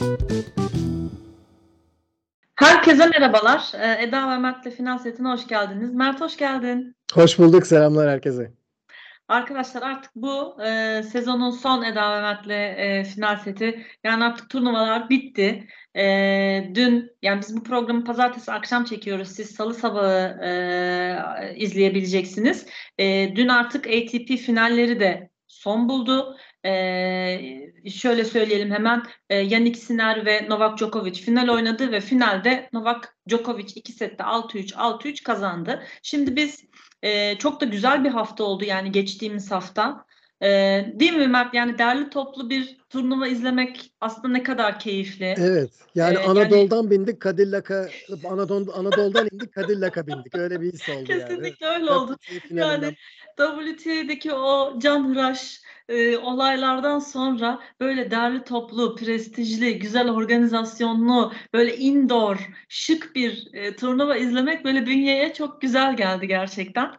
Herkese merhabalar. Eda ve Mert'le Final Setine hoş geldiniz. Mert hoş geldin. Hoş bulduk. Selamlar herkese. Arkadaşlar artık bu sezonun son Eda ve Mert'le final seti. Yani artık turnuvalar bitti. Dün yani biz bu programı pazartesi akşam çekiyoruz. Siz salı sabahı izleyebileceksiniz. Dün artık ATP finalleri de son buldu. Şöyle söyleyelim hemen. Jannik Sinner ve Novak Djokovic final oynadı ve finalde Novak Djokovic 2 sette 6-3 6-3 kazandı. Şimdi biz çok da güzel bir hafta oldu yani geçtiğimiz hafta. Değil mi Mert? Yani derli toplu bir turnuva izlemek aslında ne kadar keyifli. Evet. Yani Yani Anadolu'dan bindik Cadillac'a, Anadolu'dan indik Cadillac'a bindik. Öyle bir his oldu yani. Evet. kesinlikle öyle oldu. WTA Yani finalinden. WTA'deki o canhıraş olaylardan sonra böyle derli toplu, prestijli, güzel organizasyonlu, böyle indoor, şık bir turnuva izlemek böyle bünyeye çok güzel geldi gerçekten.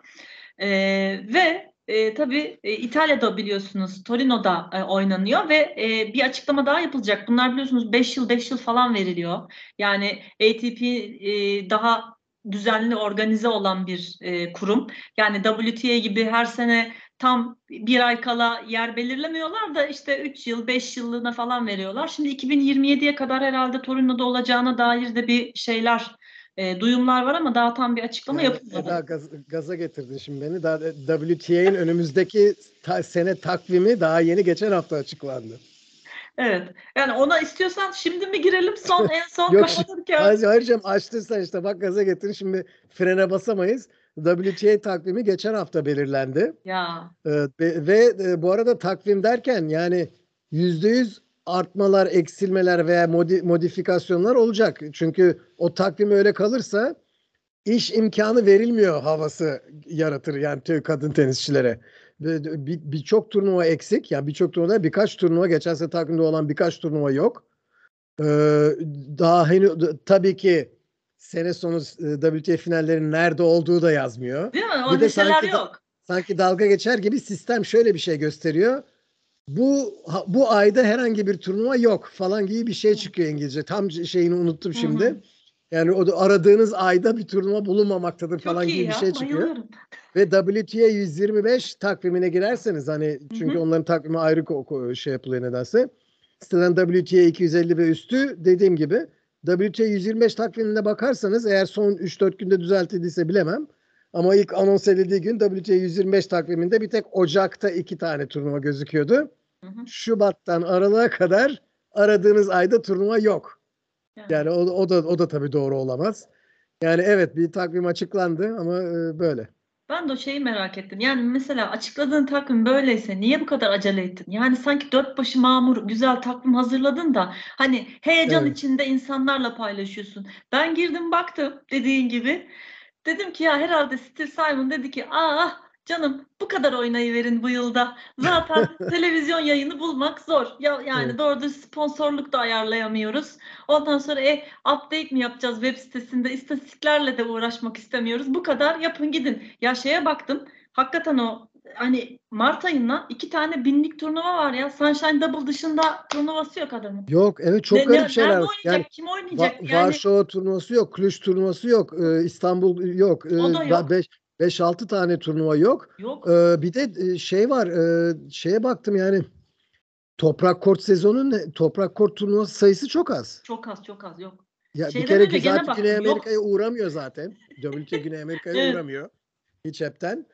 Ve tabii İtalya'da biliyorsunuz Torino'da oynanıyor ve bir açıklama daha yapılacak. Bunlar biliyorsunuz 5 yıl falan veriliyor. Yani ATP daha düzenli organize olan bir kurum. Yani WTA gibi her sene tam bir ay kala yer belirlemiyorlar da işte 3 yıl 5 yıllığına falan veriyorlar. Şimdi 2027'ye kadar herhalde Torino'da olacağına dair de bir şeyler duyumlar var ama daha tam bir açıklama Yani yapılmadı. Eda gaza getirdin şimdi beni. Daha WTA'nin önümüzdeki sene takvimi daha yeni geçen hafta açıklandı. Evet. Yani ona istiyorsan şimdi mi girelim en son Yok kapatırken? ayrıca açtıysan işte bak gaza getirin. Şimdi frene basamayız. WTA takvimi geçen hafta belirlendi. Ya Evet, ve bu arada takvim derken yani %100 artmalar, eksilmeler veya modifikasyonlar olacak. Çünkü o takvim öyle kalırsa iş imkanı verilmiyor havası yaratır yani kadın tenisçilere. Birçok turnuva eksik. Yani birçok turnuva birkaç turnuva geçen sene takvimde olan birkaç turnuva yok. Ee, Daha henüz tabii ki sene sonu WTA finallerinin nerede olduğu da yazmıyor. değil mi? Bir O de listeler yok. sanki dalga geçer gibi sistem şöyle bir şey gösteriyor. Bu ayda herhangi bir turnuva yok falan gibi bir şey çıkıyor İngilizce. Tam şeyini unuttum Hı hı. şimdi. Yani o da aradığınız ayda bir turnuva bulunmamaktadır Çok falan iyi gibi bir şey ya. çıkıyor. Bayılıyorum. Ve WTA 125 takvimine girerseniz hani Hı çünkü hı. onların takvimi ayrı şey yapılıyor nedense. Siteden WTA 250 ve üstü dediğim gibi WTA 125 takvimine bakarsanız eğer son 3-4 günde düzeltildiyse bilemem. Ama ilk anons edildiği gün WTA 125 takviminde bir tek Ocak'ta 2 tane turnuva gözüküyordu. Hı hı. Şubat'tan Aralık'a kadar aradığınız ayda turnuva yok. Yani. Yani o da tabii doğru olamaz. Yani evet bir takvim açıklandı ama böyle. Ben de o şeyi merak ettim. Yani mesela açıkladığın takvim böyleyse niye bu kadar acele ettin? Yani sanki dört başı mamur güzel takvim hazırladın da hani heyecan Evet. içinde insanlarla paylaşıyorsun. Ben girdim baktım dediğin gibi. Dedim ki ya herhalde Steve Simon dedi ki canım bu kadar oynayı verin bu yılda. Zaten televizyon yayını bulmak zor. Ya yani Evet. doğru düz sponsorluk da ayarlayamıyoruz. Ondan sonra update mi yapacağız web sitesinde? İstatistiklerle de uğraşmak istemiyoruz. Bu kadar yapın gidin. Ya şeye baktım. Hakikaten o hani Mart ayında 2 tane binlik turnuva var ya. Sunshine Double dışında turnuvası yok adamın. Yok evet çok garip şeyler Nerede var. Yani oynayacak? Kim oynayacak? Yani Varşova turnuvası yok, Cluj turnuvası yok, İstanbul yok. o da yok. 5-6 tane turnuva yok. Yok. Bir de şey var, şeye baktım yani toprak kort toprak kort turnuvası sayısı çok az. Çok az çok az yok. Ya bir Şeyden kere önce ki gene zaten Güney baktım. Yok. Amerika'ya uğramıyor zaten. WTA Güney Amerika'ya Evet. uğramıyor hiç hepten.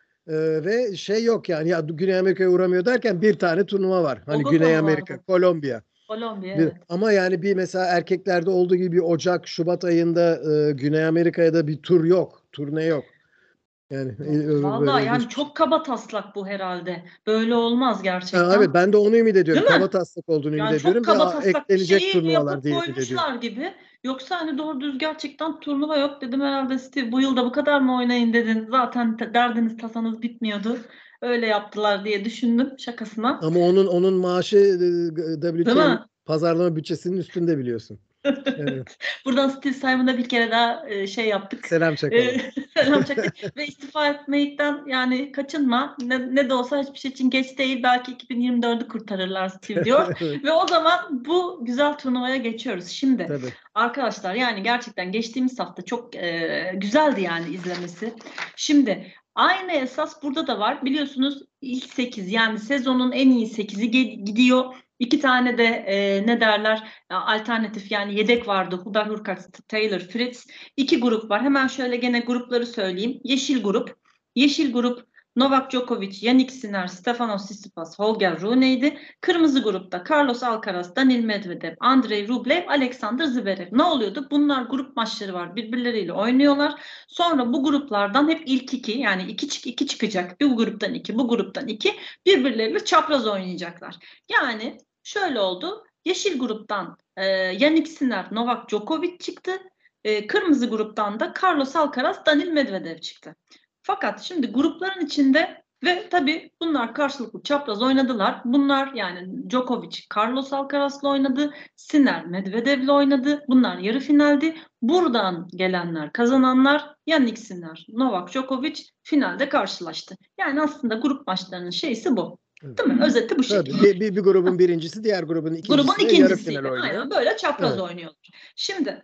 Ve şey yok yani ya Güney Amerika'ya uğramıyor derken bir tane turnuva var. Hani Bogota Güney mı Amerika, vardı? Kolombiya. Kolombiya evet. Ama yani bir mesela erkeklerde olduğu gibi bir Ocak, Şubat ayında Güney Amerika'da bir tur yok. Turne yok. Yani Yok. böyle Vallahi yani ilginç bir şey. çok kaba taslak bu herhalde. Böyle olmaz Evet gerçekten. ben de onu ümit ediyorum. Değil Kaba mi? taslak olduğunu ümit Yani çok ediyorum ve kaba taslak bir eklenecek şeyi turnuvalar yapıp diye ümit ediyorum. koymuşlar gibi. Yoksa hani doğru düz gerçekten turnuva yok dedim herhalde Steve bu yılda bu kadar mı oynayın dedin. Zaten derdiniz tasanız bitmiyordu. Öyle yaptılar diye düşündüm şakasına. Ama onun maaşı Değil WTA'nin mi? pazarlama bütçesinin üstünde biliyorsun. Evet. Buradan Steve Simon'a bir kere daha şey yaptık. Selam çakalım. Selam çaktık ve istifa etmekten yani kaçınma. Ne de olsa hiçbir şey için geç değil. Belki 2024'ü kurtarırlar Steve diyor. Evet, Ve o zaman bu güzel turnuvaya geçiyoruz. Şimdi tabii. arkadaşlar yani gerçekten geçtiğimiz hafta çok güzeldi yani izlemesi. Şimdi aynı esas burada da var. Biliyorsunuz ilk 8 yani sezonun en iyi 8'i gidiyor. İki tane de ne derler alternatif yani yedek vardı. Hubert Hurkacz, Taylor Fritz. İki grup var. Hemen şöyle gene grupları söyleyeyim. Yeşil grup. Yeşil grup Novak Djokovic, Jannik Sinner, Stefanos Tsitsipas, Holger Rune'ydi. Kırmızı grupta Carlos Alcaraz, Daniil Medvedev, Andrei Rublev, Alexander Zverev. Ne oluyordu? Bunlar grup maçları var. Birbirleriyle oynuyorlar. Sonra bu gruplardan hep ilk iki yani iki çıkacak. Bir gruptan iki, bu gruptan iki birbirleriyle çapraz oynayacaklar. Yani şöyle oldu. Yeşil gruptan Jannik Sinner, Novak Djokovic çıktı. Kırmızı gruptan da Carlos Alcaraz, Daniil Medvedev çıktı. Fakat şimdi grupların içinde ve tabii bunlar karşılıklı çapraz oynadılar. Bunlar yani Djokovic, Carlos Alcaraz'la oynadı. Sinner, Medvedev'le oynadı. Bunlar yarı finaldi. Buradan gelenler, kazananlar Jannik Sinner, Novak Djokovic finalde karşılaştı. Yani aslında grup maçlarının şeysi bu. Değil mi? Özeti bu Tabii. şekilde. Bir grubun birincisi diğer grubun Grubun ikincisiyle yarı ikincisiyle. final oynuyor. Aynen böyle çapraz Evet. oynuyorlar. Şimdi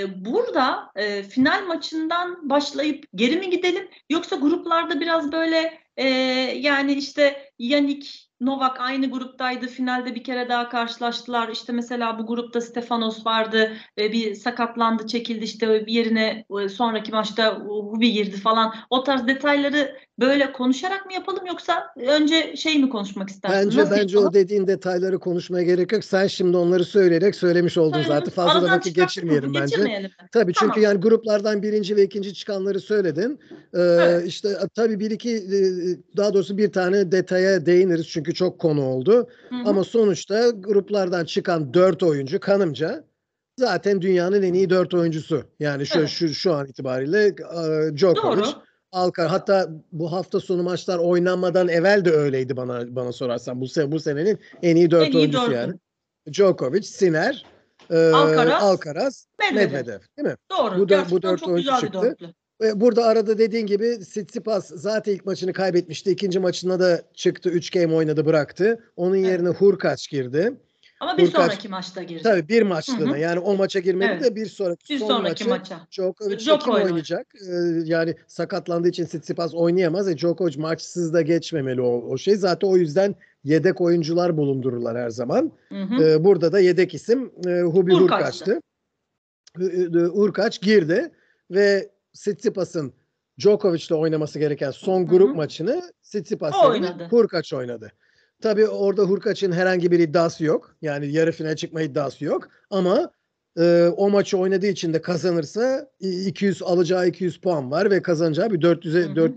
burada final maçından başlayıp geri mi gidelim yoksa gruplarda biraz böyle yani işte Jannik, Novak aynı gruptaydı. Finalde bir kere daha karşılaştılar. İşte mesela bu grupta Stefanos vardı. Bir sakatlandı, çekildi işte bir yerine sonraki maçta Hubi girdi falan. O tarz detayları böyle konuşarak mı yapalım yoksa önce şey mi konuşmak istersin? Nasıl Bence yapalım? o dediğin detayları konuşmaya gerek yok. Sen şimdi onları söyleyerek söylemiş oldun zaten. Söyledim. Fazla da Aradan vakit çıkarttık mı? geçirmeyelim bence. Geçirmeyelim mi? Tabii çünkü Tamam. yani gruplardan birinci ve ikinci çıkanları söyledin. Evet. İşte tabii bir iki daha doğrusu bir tane detaya değiniriz çünkü çok konu oldu. Hı Ama hı. sonuçta gruplardan çıkan 4 oyuncu kanımca zaten dünyanın en iyi 4 oyuncusu. Yani Evet. şu an itibariyle Djokovic, Doğru. Alcaraz, hatta bu hafta sonu maçlar oynanmadan evvel de öyleydi bana sorarsan. Bu senenin en iyi En 4 iyi oyuncusu yani. dördü. Djokovic, Sinner, Alcaraz, Alcaraz, Medvedev. Medvedev, değil mi? Doğru. Bu Gerçekten 4 çok oyuncu güzel bir çıktı. dörtlü. Ve burada arada dediğin gibi Tsitsipas zaten ilk maçını kaybetmişti. İkinci maçına da çıktı. 3 game oynadı, bıraktı. Onun Evet. yerine Hurkacz girdi. Ama bir Hurkacz sonraki maçta girdi. tabii bir Hı maçlığına hı. yani o maça girmedi Evet. de bir sonraki Bir son sonraki maçı maça. Djokovic'le kim Djokovic oynar. oynayacak? Yani sakatlandığı için Tsitsipas oynayamaz. Djokovic maçsız da geçmemeli o şey. Zaten o yüzden yedek oyuncular bulundururlar her zaman. Hı hı. Burada da yedek isim Hubi Hurkaç'tı. Hurkaç'tı. Hurkaç girdi ve Tsitsipas'ın Djokovic'le oynaması gereken son Hı grup hı. maçını Tsitsipas O yerine oynadı. Hurkaç oynadı. Tabii orada Hurkaç'ın herhangi bir iddiası yok. Yani yarı finale çıkma iddiası yok. Ama o maçı oynadığı için de kazanırsa 200 alacağı 200 puan var ve kazanacağı bir Hı hı.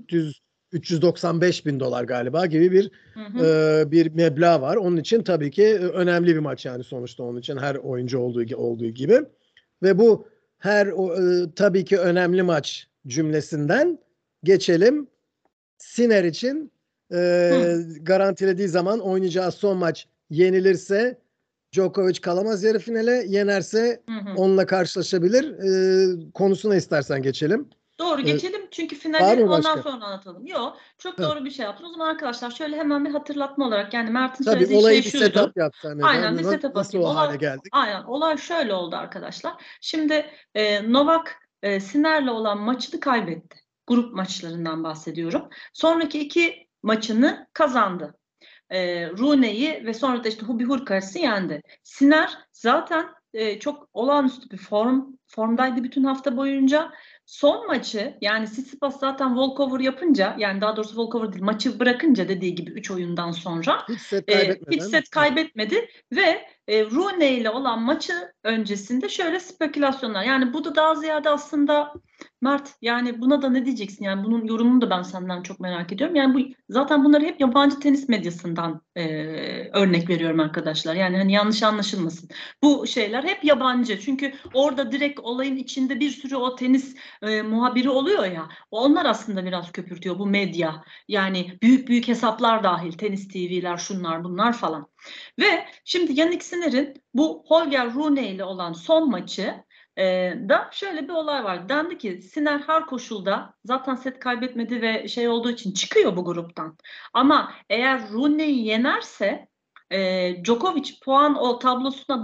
395 bin dolar galiba gibi Hı hı. bir meblağ var. Onun için tabii ki önemli bir maç yani sonuçta onun için her oyuncu olduğu gibi. Ve bu tabii ki önemli maç cümlesinden geçelim. Sinner için Hı. garantilediği zaman oynayacağı son maç yenilirse Djokovic kalamaz yarı finale. Yenerse Hı hı. onunla karşılaşabilir. Konusuna istersen geçelim. Doğru E, geçelim çünkü Var finali mı ondan başka? sonra anlatalım. Yok, çok Ha, doğru bir şey yaptın. O zaman arkadaşlar şöyle hemen bir hatırlatma olarak yani Mert'in tabii söylediği şey olayı bir şuydu. setup yapsan Aynen bir neden? setup Nasıl atayım. o hale geldik? Aynen olay şöyle oldu arkadaşlar. Şimdi Novak Sinner'le olan maçını kaybetti. Grup maçlarından bahsediyorum. Sonraki iki maçını kazandı. Rune'yi ve sonra da işte Hubi Hurkaç'ı yendi. Sinner zaten çok olağanüstü bir formdaydı bütün hafta boyunca. Son maçı yani Tsitsipas zaten walkover yapınca yani daha doğrusu walkover değil maçı bırakınca dediği gibi 3 oyundan sonra Hiç set hiç kaybetmeden. set kaybetmedi ve Rune ile olan maçı öncesinde şöyle spekülasyonlar yani bu da daha ziyade aslında Mert yani buna da ne diyeceksin yani bunun yorumunu da ben senden çok merak ediyorum. Yani bu zaten bunları hep yabancı tenis medyasından örnek veriyorum arkadaşlar. Yani hani yanlış anlaşılmasın. Bu şeyler hep yabancı. Çünkü orada direkt olayın içinde bir sürü o tenis muhabiri oluyor ya. Onlar aslında biraz köpürtüyor bu medya. Yani büyük büyük hesaplar dahil tenis TV'ler şunlar bunlar falan. Ve şimdi Yannick Sinner'in bu Holger Rune ile olan son maçı da şöyle bir olay var. Dendi ki Sinner her koşulda zaten set kaybetmedi ve şey olduğu için çıkıyor bu gruptan. Ama eğer Rune'yi yenerse Djokovic puan o tablosuna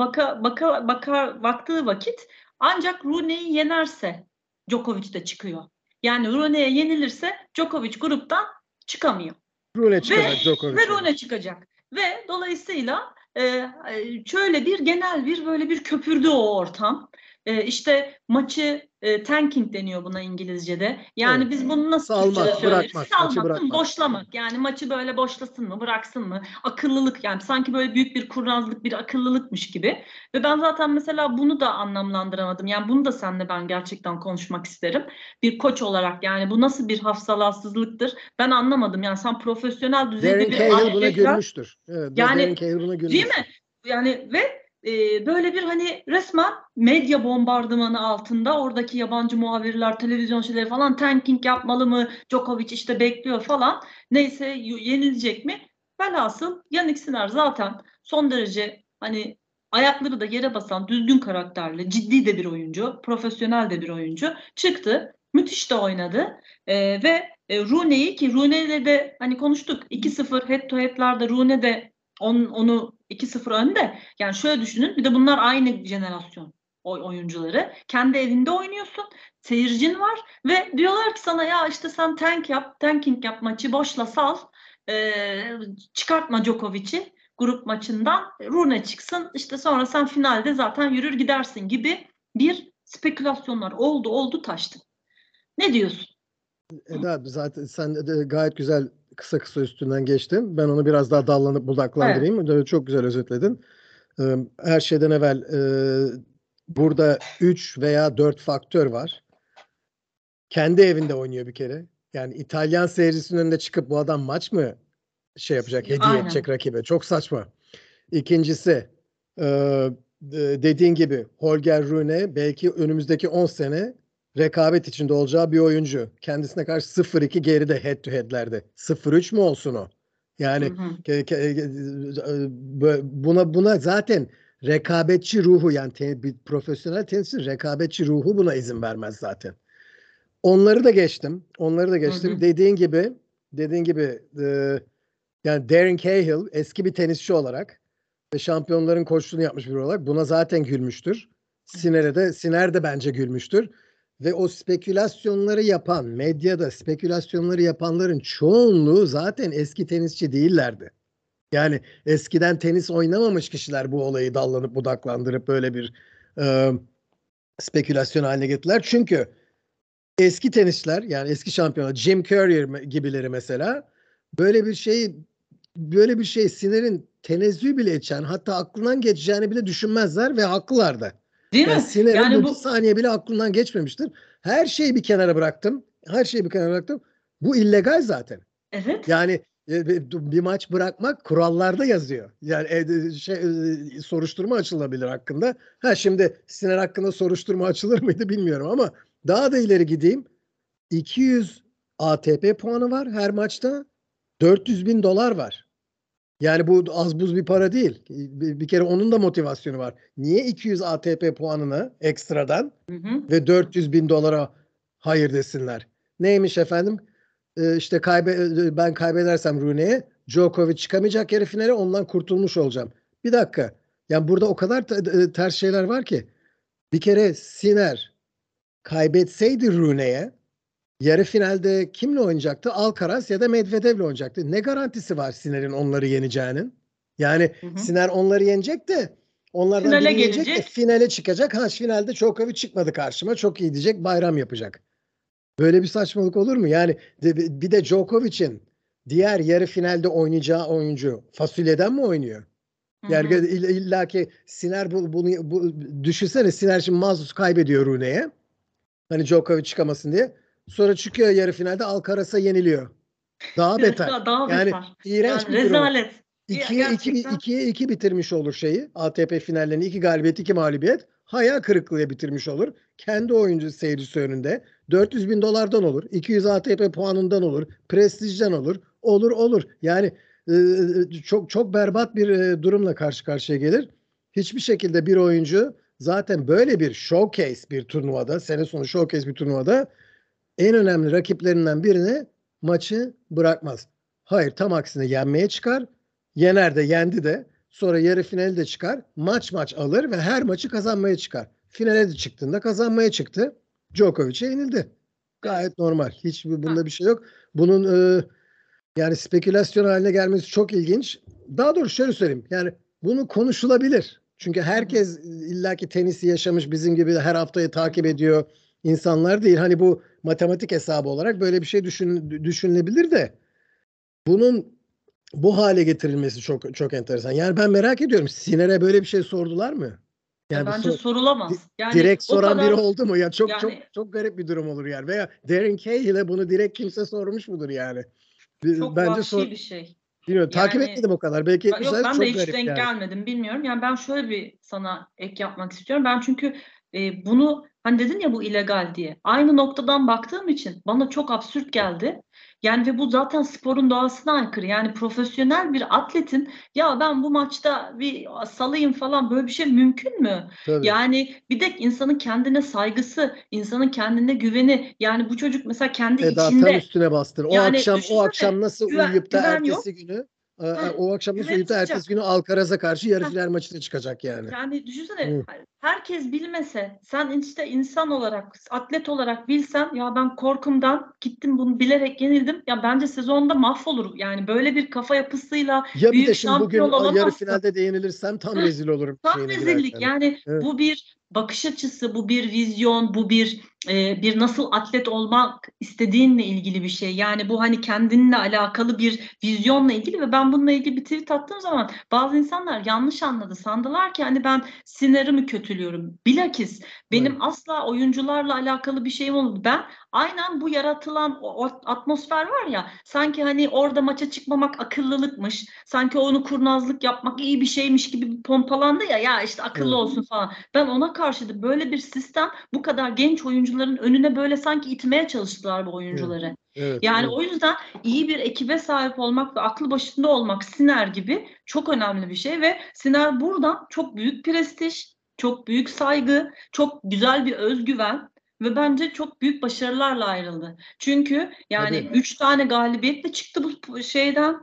baktığı vakit ancak Rune'yi yenerse Djokovic de çıkıyor. Yani Rune'ye yenilirse Djokovic gruptan çıkamıyor. Rune çıkacak, Djokovic. Ve Rune çıkacak. Ve dolayısıyla şöyle bir genel bir böyle bir köpürdü o ortam. İşte maçı tanking deniyor buna İngilizce'de. Yani Evet. biz bunu nasıl Salmak, Türkçe'de söyleriz? bırakmak, maçı Salmak, bırakmak. boşlamak. Yani maçı böyle boşlasın mı, bıraksın mı? Akıllılık yani sanki böyle büyük bir kurnazlık, bir akıllılıkmış gibi. Ve ben zaten mesela bunu da anlamlandıramadım. Yani bunu da seninle ben gerçekten konuşmak isterim. Bir koç olarak yani bu nasıl bir hafsalasızlıktır? Ben anlamadım. Yani sen profesyonel düzeyde Darren bir Cahill buna atletler gülmüştür. Evet, yani Darren Cahill buna değil gülmüştür. mi? Yani ve böyle bir hani resmen medya bombardımanı altında oradaki yabancı muhabirler, televizyon şeyleri falan tanking yapmalı mı? Djokovic işte bekliyor falan. Neyse yenilecek mi? Velhasıl Yannick Sinner zaten son derece hani ayakları da yere basan düzgün karakterli, ciddi de bir oyuncu, profesyonel de bir oyuncu. Çıktı, müthiş de oynadı. Ve Rooney'i ki Rooney'le de hani konuştuk 2-0 head to head'larda Rooney de onu 2-0 önde. Yani şöyle düşünün bir de bunlar aynı jenerasyon oyuncuları. Kendi evinde oynuyorsun. Seyircin var ve diyorlar ki sana ya işte sen tanking yap maçı boşla sal. Çıkartma Djokovic'i grup maçından. Rune çıksın işte sonra sen finalde zaten yürür gidersin gibi bir spekülasyonlar oldu taştı. Ne diyorsun? Eda zaten sen de gayet güzel kısa kısa üstünden geçtin. Ben onu biraz daha dallanıp Evet. budaklandırayım. Çok güzel özetledin. Her şeyden evvel burada 3 veya 4 faktör var. Kendi evinde oynuyor bir kere. Yani İtalyan seyircisinin önünde çıkıp bu adam maç mı şey yapacak, hediye edecek Aynen. rakibe? Çok saçma. İkincisi dediğin gibi Holger Rune belki önümüzdeki 10 sene rekabet içinde olacağı bir oyuncu. Kendisine karşı 0-2 geride head to head'lerde. 0-3 mü olsun o? Hı Yani hı. buna zaten rekabetçi ruhu yani bir profesyonel tenisçinin rekabetçi ruhu buna izin vermez zaten. Onları da geçtim. Onları da Hı hı. geçtim. Dediğin gibi yani Darren Cahill eski bir tenisçi olarak ve şampiyonların koçluğunu yapmış biri olarak buna zaten gülmüştür. Evet. Sinner de bence gülmüştür. Ve o spekülasyonları yapan, medyada spekülasyonları yapanların çoğunluğu zaten eski tenisçi değillerdi. Yani eskiden tenis oynamamış kişiler bu olayı dallanıp budaklandırıp böyle bir e, spekülasyon haline getirdiler. Çünkü eski tenisçiler yani eski şampiyonlar Jim Courier gibileri mesela böyle bir şey böyle bir şey Sinner'in tenezzül bile edeceğini hatta aklından geçeceğini bile düşünmezler ve haklılar da. Değil Yani mi? Sinner'in Yani bu bir bu saniye bile aklından geçmemiştir. Her şeyi bir kenara bıraktım. Her şeyi bir kenara bıraktım. Bu illegal zaten. evet. Yani bir maç bırakmak kurallarda yazıyor. Yani soruşturma açılabilir hakkında. Ha şimdi Sinner hakkında soruşturma açılır mıydı bilmiyorum ama daha da ileri gideyim. 200 ATP puanı var her maçta. 400 bin dolar var. Yani bu az buz bir para değil. Bir kere onun da motivasyonu var. Niye 200 ATP puanını ekstradan Hı hı. ve 400 bin dolara hayır desinler? Neymiş efendim? İşte ben kaybedersem Rune'ye Djokovic çıkamayacak yarı finale ondan kurtulmuş olacağım. Bir dakika. Yani burada o kadar ters şeyler var ki. Bir kere Sinner kaybetseydi Rune'ye yarı finalde kimle oynayacaktı? Alcaraz ya da Medvedev'le oynayacaktı. Ne garantisi var Sinner'in onları yeneceğinin? Yani Hı hı. Sinner onları yenecek de onlardan Finale birini yenecek de gelecek. finale çıkacak. Ha finalde Djokovic çıkmadı karşıma. Çok iyi diyecek. Bayram yapacak. Böyle bir saçmalık olur mu? Yani bir de Djokovic'in diğer yarı finalde oynayacağı oyuncu fasulyeden mi oynuyor? Hı Yani hı. illa ki Sinner bunu düşünsene Sinner şimdi mahsus kaybediyor Rune'ye. Hani Djokovic çıkamasın diye. Sonra çıkıyor yarı finalde Alcaraz'a yeniliyor. Daha Evet, beter. daha Yani beter. iğrenç Yani bir durum. rezalet. Gerçekten. 2'ye 2 bitirmiş olur şeyi. ATP finallerini 2 galibiyet 2 mağlubiyet. Hayal kırıklığıyla bitirmiş olur. Kendi oyuncu seyircisi önünde. 400 bin dolardan olur. 200 ATP puanından olur. Prestijden olur. Olur. Yani çok çok berbat bir durumla karşı karşıya gelir. hiçbir şekilde bir oyuncu zaten böyle bir showcase bir turnuvada, sene sonu showcase bir turnuvada en önemli rakiplerinden birine maçı bırakmaz. Hayır, tam aksine yenmeye çıkar. Yener de yendi de sonra yarı finali de çıkar. Maç maç alır ve her maçı kazanmaya çıkar. Finale de çıktığında kazanmaya çıktı. Djokovic'e yenildi. Evet. Gayet normal. Hiç bunda Ha, bir şey yok. Bunun yani spekülasyon haline gelmesi çok ilginç. Daha doğrusu şöyle söyleyeyim. Yani bunu konuşulabilir. Çünkü hı hı, herkes illaki tenisi yaşamış bizim gibi her haftayı hı takip hı. ediyor insanlar değil. Hani bu matematik hesabı olarak böyle bir şey düşünülebilir de bunun bu hale getirilmesi çok çok enteresan. Yani ben merak ediyorum. Siner'e böyle bir şey sordular mı? Ya Yani bence di- sorulamaz. Yani direkt o soran biri kadar, oldu mu? Ya çok çok yani çok garip bir durum olur yani. Veya Darren Cahill'e bunu direkt kimse sormuş mudur yani? çok Bence sor. vahşi bir şey. Bilmiyorum. Takip Yani etmedim o kadar. Belki yok, etmişler. ben de Çok hiç garip denk yani. gelmedim, bilmiyorum. Yani ben şöyle bir sana ek yapmak istiyorum. Ben çünkü bunu hani dedin ya bu illegal diye. Aynı noktadan baktığım için bana çok absürt geldi. Yani ve bu zaten sporun doğasına aykırı. Yani profesyonel bir atletin ya ben bu maçta bir salayım falan, böyle bir şey mümkün mü? Tabii. Yani bir de insanın kendine saygısı, insanın kendine güveni. Yani bu çocuk mesela kendi Eda tam içinde, üstüne bastır. O yani akşam o düşünsene, akşam nasıl güven, uyuyup da güven yok. ertesi günü Heh, o akşam nasıl güveni uyuyup da ertesi tutacak. günü Alcaraz'a karşı yarı final maçına çıkacak yani. Yani düşünsene, Hı. herkes bilmese, sen işte insan olarak, atlet olarak bilsen ya ben korkumdan gittim bunu bilerek yenildim. Ya bence sezonda mahvolur. Yani böyle bir kafa yapısıyla Ya bir büyük de şimdi bugün şampiyon yarı olamazsın. finalde de yenilirsem tam rezil olurum Tam şeyine rezillik. girerken. Yani Evet. bu bir bakış açısı, bu bir vizyon, bu bir nasıl atlet olmak istediğinle ilgili bir şey. Yani bu hani kendinle alakalı bir vizyonla ilgili ve ben bununla ilgili bir tweet attığım zaman bazı insanlar yanlış anladı. Sandılar ki hani ben Siner'i mi kötülüyorum? Bilakis Hayır. benim asla oyuncularla alakalı bir şeyim olmadı. Ben aynen bu yaratılan o atmosfer var ya, sanki hani orada maça çıkmamak akıllılıkmış. Sanki onu kurnazlık yapmak iyi bir şeymiş gibi bir pompalandı ya, ya işte akıllı Evet. olsun falan. Ben ona karşıydı. Böyle bir sistem, bu kadar genç oyuncuların önüne böyle sanki itmeye çalıştılar bu Evet. oyuncuları. Evet. Yani Evet. o yüzden iyi bir ekibe sahip olmak ve aklı başında olmak Siner gibi çok önemli bir şey ve Siner buradan çok büyük prestij, çok büyük saygı, çok güzel bir özgüven ve bence çok büyük başarılarla ayrıldı. Çünkü yani Tabii. 3 tane galibiyetle çıktı bu şeyden,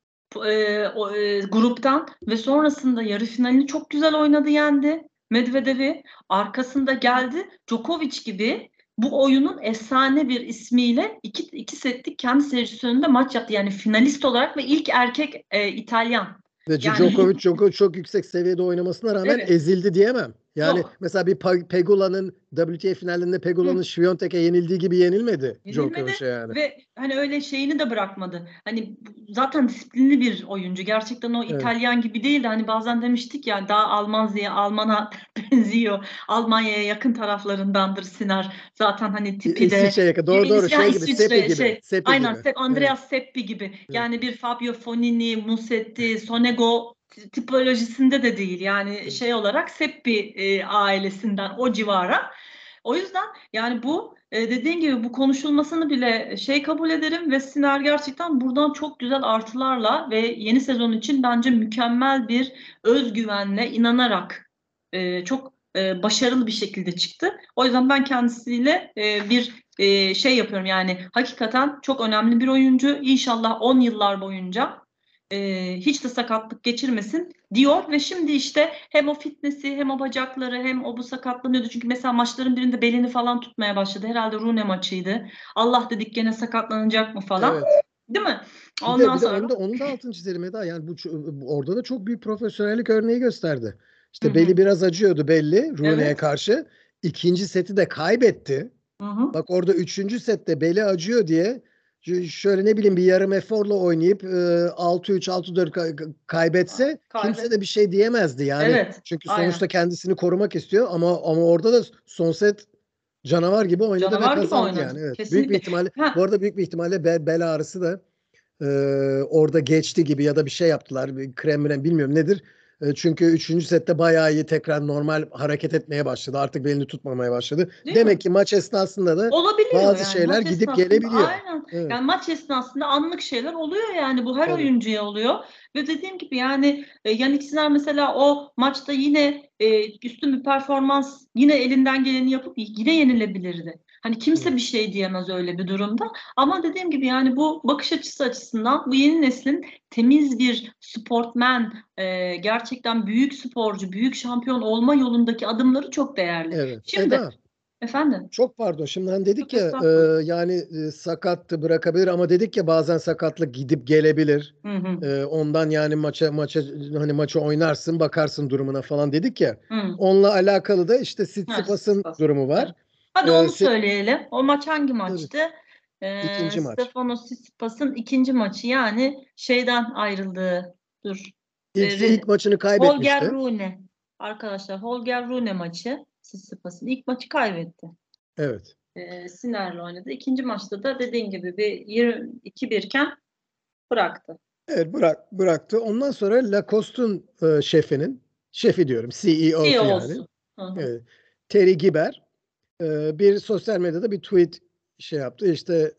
gruptan ve sonrasında yarı finalini çok güzel oynadı, yendi Medvedev'i. Arkasında geldi Djokovic gibi bu oyunun efsane bir ismiyle iki setlik kendi seyircisi önünde maç yaptı. Yani finalist olarak ve ilk erkek İtalyan. Ve Yani Djokovic çok yüksek seviyede oynamasına rağmen evet, ezildi diyemem. Yani yok, mesela bir Pegula'nın WTA finalinde hı, Pegula'nın Świątek'e yenildiği gibi yenilmedi yenilmedi Djokovic'e yani. ve hani öyle şeyini de bırakmadı. Hani zaten disiplinli bir oyuncu. Gerçekten o Evet. İtalyan gibi değil de hani bazen demiştik ya, daha Alman'a benziyor. Almanya'ya yakın taraflarındandır Sinar. Zaten hani tipi de İsviçre yakın. Doğru doğru Ya şey gibi. Seppi İsviçre gibi. şey, Seppi aynen gibi. Evet. Andreas Seppi gibi. Evet. Yani bir Fabio Fognini, Musetti, Sonego tipolojisinde de değil. Yani Evet. şey olarak Seppi ailesinden o civara. O yüzden yani bu dediğin gibi bu konuşulmasını bile şey kabul ederim ve Siner gerçekten buradan çok güzel artılarla ve yeni sezon için bence mükemmel bir özgüvenle, inanarak çok başarılı bir şekilde çıktı. O yüzden ben kendisiyle bir şey yapıyorum, yani hakikaten çok önemli bir oyuncu. İnşallah 10 yıllar boyunca hiç de sakatlık geçirmesin diyor ve şimdi işte hem o fitnesi hem o bacakları hem o bu sakatlanıyordu. Çünkü mesela maçların birinde belini falan tutmaya başladı. Herhalde Rune maçıydı. Allah dedik gene sakatlanacak mı falan. Evet. Değil mi? Bir de Ondan bir de sonra onun da altını çizelim Eda. Yani orada da çok büyük profesyonellik örneği gösterdi. hı İşte hı, beli biraz acıyordu belli Rune'ye evet. karşı. İkinci seti de kaybetti. Hı hı. Bak orada üçüncü sette beli acıyor diye şöyle ne bileyim bir yarım eforla oynayıp 6-3 6-4 kaybetse kimse de Kaybet. bir şey diyemezdi. Yani Evet. çünkü Aynen. sonuçta kendisini korumak istiyor ama orada da son set canavar gibi oynadı ve Canavar gibi kazandı oynadı. yani. Evet. Büyük bir Kesinlikle. ihtimalle bu Ha, arada büyük bir ihtimalle bel ağrısı da orada geçti gibi ya da bir şey yaptılar. Bir krem bilmiyorum nedir. Çünkü 3. sette bayağı iyi tekrar normal hareket etmeye başladı. Artık belini tutmamaya başladı. Değil Demek mi? ki maç esnasında da Olabiliyor bazı yani şeyler maç gidip esnasında gelebiliyor. aynen. Evet, Yani maç esnasında anlık şeyler oluyor yani bu her tabii. oyuncuya oluyor. Ve dediğim gibi yani Yannick Sinner mesela o maçta yine üstün bir performans yine elinden geleni yapıp yine yenilebilirdi. Hani kimse Evet. bir şey diyemez öyle bir durumda. Ama dediğim gibi yani bu bakış açısı açısından bu yeni neslin temiz bir sportmen, gerçekten büyük sporcu, büyük şampiyon olma yolundaki adımları çok değerli. Evet. Şimdi Eda, efendim, çok pardon. Şimdi hani dedik çok ya estağfurullah. yani sakattı bırakabilir ama dedik ya bazen sakatlık gidip gelebilir. Hı hı. Ondan yani maça hani maçı oynarsın bakarsın durumuna falan dedik ya. Hı. Onunla alakalı da işte Ha, Tsitsipas'ın Tsitsipas. durumu Evet. var. Hadi onu Ee, söyleyelim. O maç hangi tabii, maçtı? ikinci maç. Stefanos Tsitsipas'ın ikinci maçı yani şeyden ayrıldığı. Dur. İlk maçını Holger kaybetmişti. Rune. Arkadaşlar Holger Rune maçı Tsitsipas'ın ilk maçı kaybetti. Evet. Sinner'le oynadı. İkinci maçta da dediğin gibi bir 2-1 iken bıraktı. Evet, bıraktı. Ondan sonra Lacoste'un şefi diyorum, İyi CEO'su yani. olsun. Hı hı. Evet. Terry Giber bir sosyal medyada bir tweet şey yaptı. İşte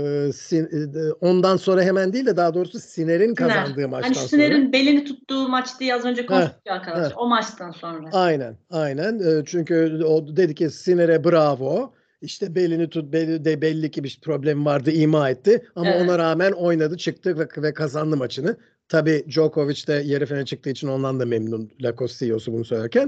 ondan sonra hemen değil de daha doğrusu Sinner'in Sinner. kazandığı Hani şu maçtan sonra. Sinner'in belini tuttuğu maç diye az önce Heh, konuştuk ya arkadaşlar. heh, O maçtan sonra. aynen. Çünkü o dedi ki Sinner'e bravo. İşte belini tut, belli ki bir problem vardı, ima etti. Ama ona Evet. rağmen oynadı, çıktı ve kazandı maçını. Tabii Djokovic de yarı finale çıktığı için ondan da memnun. Lacoste CEO'su bunu söylerken.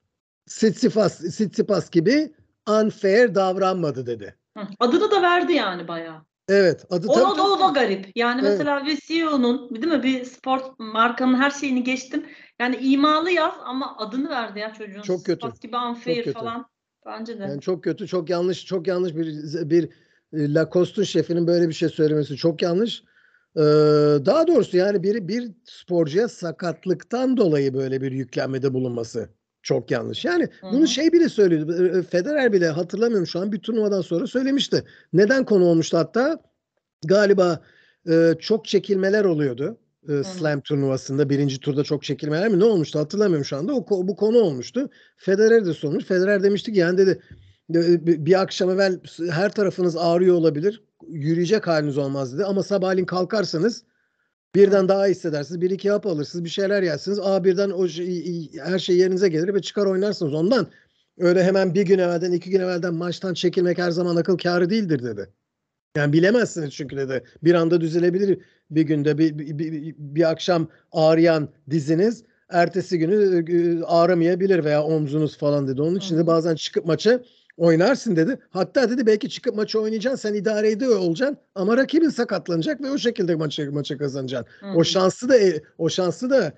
Tsitsipas gibi unfair davranmadı dedi. Hı. Adını da verdi yani bayağı. Evet, adı O, tabii o, da, tabii o da tabii. garip. Yani Evet, mesela bir CEO'nun değil mi bir spor markanın her şeyini geçtim. Yani imalı yaz ama adını verdi ya çocuğun. çok kötü. Spas gibi Çok unfair kötü. falan. Bence de. Yani çok kötü, çok yanlış bir Lacoste'un şefinin böyle bir şey söylemesi çok yanlış. Daha doğrusu yani bir sporcuya sakatlıktan dolayı böyle bir yüklenmede bulunması çok yanlış. Yani Hı bunu hı. şey bile söyledi. Federer bile hatırlamıyorum şu an bir turnuvadan sonra söylemişti. Neden konu olmuştu hatta? Galiba çok çekilmeler oluyordu. Hı hı. Slam turnuvasında birinci turda çok çekilmeler mi ne olmuştu hatırlamıyorum şu anda. Bu konu olmuştu. Federer de sormuş. Federer demişti ki yani dedi bir akşam evvel her tarafınız ağrıyor olabilir. Yürüyecek haliniz olmaz dedi. Ama sabahleyin kalkarsanız Hı. birden daha iyi hissedersiniz. Bir iki hap alırsınız. Bir şeyler yersiniz. Birden her şey yerinize gelir ve çıkar oynarsınız. Ondan öyle hemen bir gün evvelden 2 gün evvelden maçtan çekilmek her zaman akıl kârı değildir dedi. Yani bilemezsiniz çünkü dedi. Bir anda düzelebilir bir günde bir akşam ağrıyan diziniz ertesi günü ağrımayabilir veya omzunuz falan dedi. Onun Hı için de hı. bazen çıkıp maçı oynarsın dedi. Hatta dedi belki çıkıp maçı oynayacaksın sen idare ediyor olacaksın ama rakibin sakatlanacak ve o şekilde maçı kazanacaksın. Hı hı. O şansı da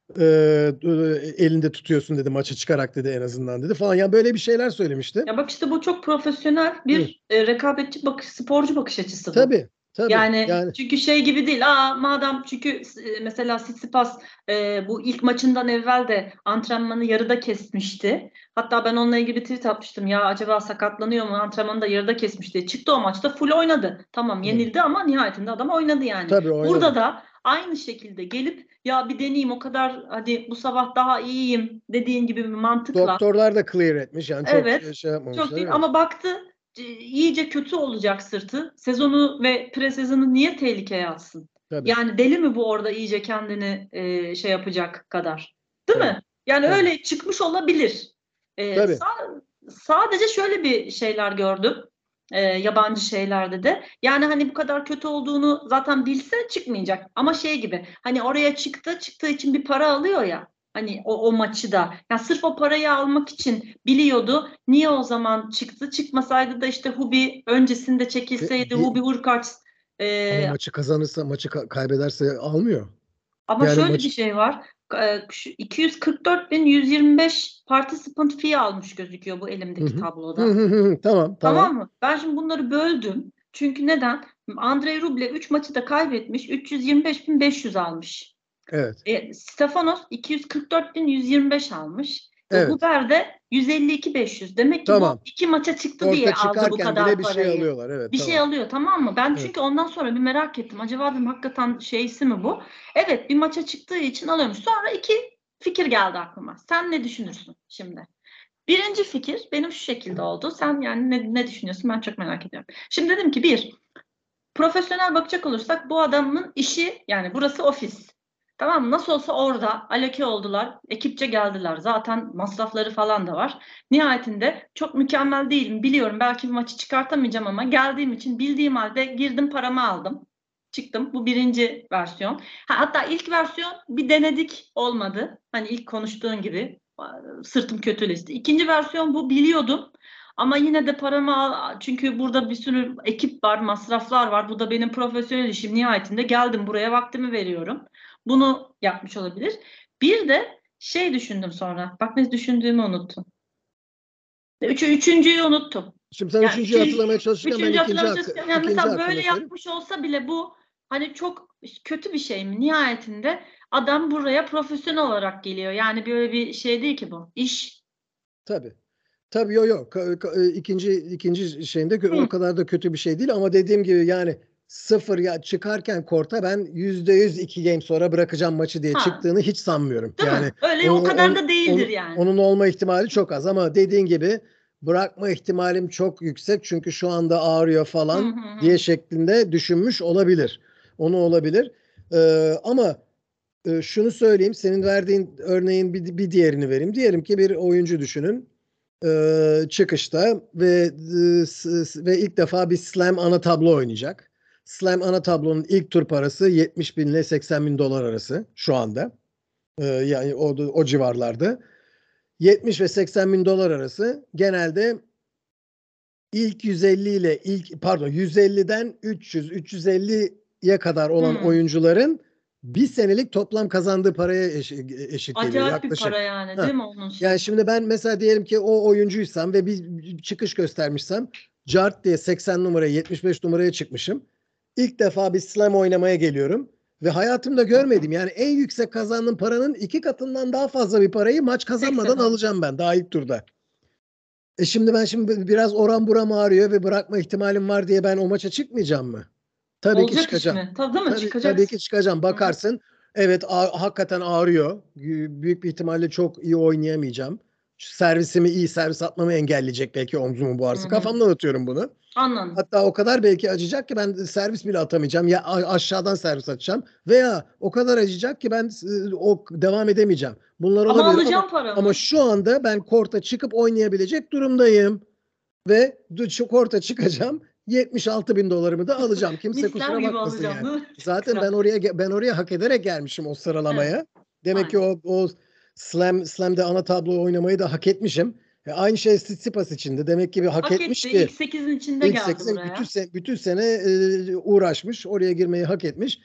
elinde tutuyorsun dedi maça çıkarak dedi en azından dedi falan. Yani böyle bir şeyler söylemişti. Ya bak işte bu çok profesyonel Hı. bir rekabetçi bakış, sporcu bakış açısı bu. Tabii. Yani Yani çünkü şey gibi değil. Madem çünkü mesela Tsitsipas bu ilk maçından evvel de antrenmanı yarıda kesmişti. Hatta ben onunla ilgili bir tweet atmıştım. Ya acaba sakatlanıyor mu? Antrenmanı da yarıda kesmiş diye. Çıktı o maçta full oynadı. Tamam evet. yenildi ama nihayetinde adam oynadı yani. Tabii Burada oynadı. da aynı şekilde gelip ya bir deneyeyim o kadar hadi bu sabah daha iyiyim dediğin gibi bir mantıkla. Doktorlar da clear etmiş. Yani çok Evet. şey Çok yapmamışlar. değil Evet. ama baktı iyice kötü olacak sırtı. Sezonu ve pre-sezonu niye tehlikeye atsın? Tabii. Yani deli mi bu orada iyice kendini şey yapacak kadar? Değil Tabii. mi? Yani Tabii. öyle çıkmış olabilir. E, Tabii. sa- Sadece şöyle bir şeyler gördüm. Yabancı şeylerde de. Yani hani bu kadar kötü olduğunu zaten bilse çıkmayacak. Ama şey gibi hani oraya çıktığı için bir para alıyor ya. Hani o maçı da. Yani sırf o parayı almak için biliyordu. Niye o zaman çıktı? Çıkmasaydı da işte Hubi öncesinde çekilseydi. Bir, Hubi Hurkacz. ama E, maçı kazanırsa, maçı kaybederse almıyor. Ama Yani şöyle bir maçı şey var. 244.125 participant fee almış gözüküyor bu hı elimdeki hı. tabloda. Tamam. Tamam mı? Ben şimdi bunları böldüm. Çünkü neden? Andrei Rublev 3 maçı da kaybetmiş. 325.500 almış. Evet. Stefanos 244.125 almış. Evet. Huber de 152.500. Demek ki bu Tamam. iki maça çıktı diye Korta aldı bu çıkarken bile kadar bir şey parayı. alıyorlar. Evet, Bir şey tamam. alıyor tamam mı? Ben Evet. çünkü ondan sonra bir merak ettim. Acaba dedim hakikaten şeysi mi bu? Evet bir maça çıktığı için alıyormuş. Sonra iki fikir geldi aklıma. Sen ne düşünürsün şimdi? Birinci fikir benim şu şekilde oldu. Sen yani ne düşünüyorsun? Ben çok merak ediyorum. Şimdi dedim ki profesyonel bakacak olursak bu adamın işi, yani burası ofis. Tamam mı? Nasıl olsa orada aloke oldular, ekipçe geldiler. Zaten masrafları falan da var. Nihayetinde çok mükemmel değilim, biliyorum. Belki bir maçı çıkartamayacağım ama geldiğim için bildiğim halde girdim, paramı aldım. Çıktım. Bu birinci versiyon. Hatta ilk versiyon bir denedik, olmadı. Hani ilk konuştuğun gibi sırtım kötüleşti. İkinci versiyon bu, biliyordum. Ama yine de paramı al, çünkü burada bir sürü ekip var, masraflar var. Bu da benim profesyonel işim. Nihayetinde geldim buraya, vaktimi veriyorum. Bunu yapmış olabilir. Bir de şey düşündüm sonra. Bak ne düşündüğümü unuttum. Üçüncüyü unuttum. Şimdi sen Yani üçüncüyü hatırlamaya çalışırken ben üçüncü hatırlamaya çalışıyorum. Yani ikinci mesela hakkında böyle söyleyeyim. yapmış olsa bile bu hani çok kötü bir şey mi? Nihayetinde adam buraya profesyonel olarak geliyor. Yani böyle bir şey değil ki bu. İş. Tabii. Tabii yok. İkinci şeyinde o kadar da kötü bir şey değil ama dediğim gibi yani sıfır ya çıkarken korta ben %100 2 game sonra bırakacağım maçı diye Ha, çıktığını hiç sanmıyorum. değil Yani mi? Öyle o kadar da değildir yani. onun olma ihtimali çok az ama dediğin gibi bırakma ihtimalim çok yüksek çünkü şu anda ağrıyor falan diye şeklinde düşünmüş olabilir. Onu olabilir. Ama şunu söyleyeyim, senin verdiğin örneğin bir diğerini vereyim. Diyelim ki bir oyuncu düşünün. Çıkışta ve ilk defa bir Slam ana tablo oynayacak. Slam ana tablonun ilk tur parası 70 bin ile 80 bin dolar arası şu anda. Yani o civarlarda. 70 ve 80 bin dolar arası genelde ilk 150 ile 150'den 300, 350'ye kadar olan oyuncuların bir senelik toplam kazandığı paraya eşit geliyor Acayip bir yaklaşık. para yani, Ha. değil mi onun şeyi? Yani şimdi ben mesela diyelim ki o oyuncuysam ve bir çıkış göstermişsem Cart diye 80 numaraya 75 numaraya çıkmışım. İlk defa bir slam oynamaya geliyorum ve hayatımda görmedim. Yani en yüksek kazandığım paranın 2 katından daha fazla bir parayı maç kazanmadan alacağım ben daha ilk turda. Şimdi biraz oran buram ağrıyor ve bırakma ihtimalim var diye ben o maça çıkmayacağım mı? Tabii ki Olacak iş çıkacağım. mi? Tabii mi? Tabii Çıkacaksın. ki çıkacağım. Bakarsın. Evet hakikaten ağrıyor. Büyük bir ihtimalle çok iyi oynayamayacağım. Servisimi iyi servis atmamı engelleyecek belki omzumun bu ağrısı. Kafamdan atıyorum bunu. Anladım. Hatta o kadar belki acıyacak ki ben servis bile atamayacağım. Ya aşağıdan servis atacağım. Veya o kadar acıyacak ki ben devam edemeyeceğim. Bunlar Ama olabilir alacağım ama paramı. şu anda ben korta çıkıp oynayabilecek durumdayım. Ve korta çıkacağım. 76 bin dolarımı da alacağım. Kimse Misler kusura gibi bakmasın alacağım, yani. değil mi? Çok Zaten güzel. ben oraya hak ederek gelmişim o Evet. sıralamaya. Demek ki Aynen. o Slam'de ana tablo oynamayı da hak etmişim. Aynı şey Tsitsipas için de demek ki bir hak Hak etmiş etti. ki İlk 8'in içinde ilk geldi 8'e buraya. bütün sene uğraşmış. Oraya girmeyi hak etmiş.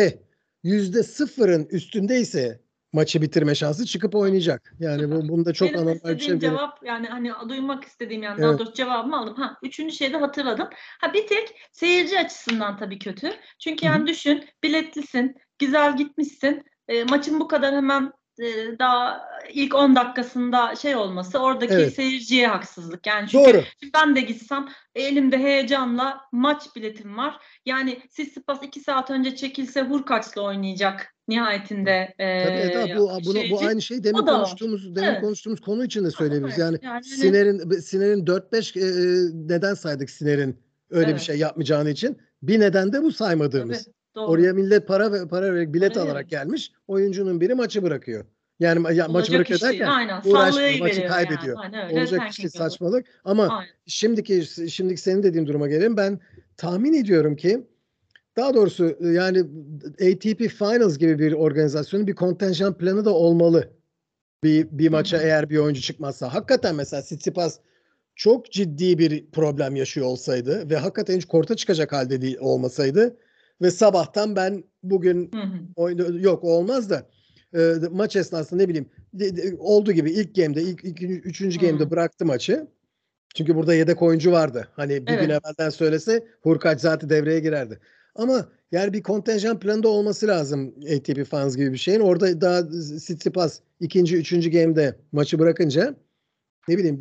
%0'ın üstündeyse maçı bitirme şansı çıkıp Hı, oynayacak. Yani süper. bunda çok Benim anormal bir şey. istediğim cevap, yani hani duymak istediğim, yani daha Evet. doğrusu cevabımı aldım. Üçüncü şeyi de hatırladım. Bir tek seyirci açısından tabii kötü. Çünkü Hı hı. yani düşün, biletlisin, güzel gitmişsin. Maçın bu kadar hemen daha ilk 10 dakikasında şey olması oradaki Evet. seyirciye haksızlık. Yani çünkü Doğru. ben de gitsem elimde heyecanla maç biletim var. Yani Tsitsipas 2 saat önce çekilse Hurkaç'la oynayacak nihayetinde Tabii Eda bu şeyci. aynı şeyi O da var. demin Evet. konuştuğumuz konu için de söyleyebiliriz. Evet. Yani Yani hani, Siner'in 4-5 neden saydık Siner'in öyle bir evet. şey yapmayacağını için. Bir neden de bu Tabii. saymadığımız. Doğru. Oraya millet para vererek bilet Oraya alarak evet. gelmiş. Oyuncunun biri maçı bırakıyor. Yani maçı Olacak bırakıyor iş değil. derken Aynen. uğraşmıyor. Maçı Sallayıveriyor yani. kaybediyor. Hani öyle Olacak iş değil, pankek yapıyor. saçmalık. Ama Aynen. şimdiki senin dediğin duruma gelelim. Ben tahmin ediyorum ki daha doğrusu yani ATP Finals gibi bir organizasyonun bir kontenjan planı da olmalı. Bir Hı maça hı. eğer bir oyuncu çıkmazsa. Hakikaten mesela Tsitsipas çok ciddi bir problem yaşıyor olsaydı ve hakikaten hiç korta çıkacak halde değil olmasaydı ve sabahtan ben bugün Hı hı. yok olmaz da maç esnasında ne bileyim olduğu gibi ilk game'de üçüncü Hı hı. game'de bıraktı maçı. Çünkü burada yedek oyuncu vardı. Hani bir gün Evet. evvelden söylese Hurkaç zaten devreye girerdi. Ama yani bir kontenjan planında olması lazım ATP Finals gibi bir şeyin. Orada daha Tsitsipas üçüncü game'de maçı bırakınca ne bileyim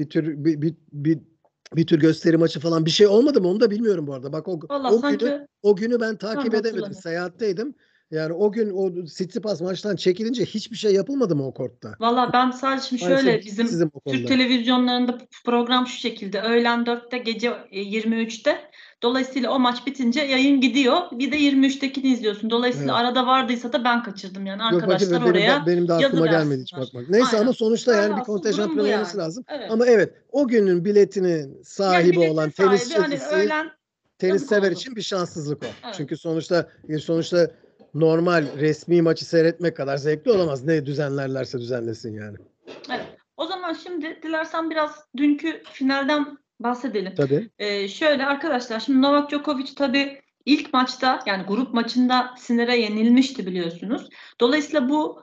bir tür gösteri maçı falan bir şey olmadı mı onu da bilmiyorum bu arada. Bak Valla sanki o günü ben ben takip de edemedim. hatırlamıyorum. Seyahatteydim. Yani o gün o Tsitsipas maçtan çekilince hiçbir şey yapılmadı mı o kortta? Valla ben sadece şimdi Maalesef şöyle, bizim sizin o Türk konuda. televizyonlarında program şu şekilde: öğlen 4'te, gece 23'te. Dolayısıyla o maç bitince yayın gidiyor. Bir de 23'tekini izliyorsun. Dolayısıyla Evet. arada vardıysa da ben kaçırdım yani. Yok Arkadaşlar bakayım, benim oraya benim de yazı aklıma gelmedi hiç versinler. bakmak. Neyse ama Aynen. sonuçta yani bir Velhasıl kontenjan durum bu vermesi yani. lazım. Evet. Ama evet, o günün biletinin Yani sahibi biletin olan sahibi hani tenis öğlen yazık sever oldu. için bir şanssızlık o. Evet. Çünkü sonuçta normal resmi maçı seyretmek kadar zevkli olamaz. Ne düzenlerlerse düzenlesin yani. Evet. O zaman şimdi dilersen biraz dünkü finalden bahsedelim. Tabii. Şöyle arkadaşlar, şimdi Novak Djokovic tabii ilk maçta, yani grup maçında Sinner'e yenilmişti biliyorsunuz. Dolayısıyla bu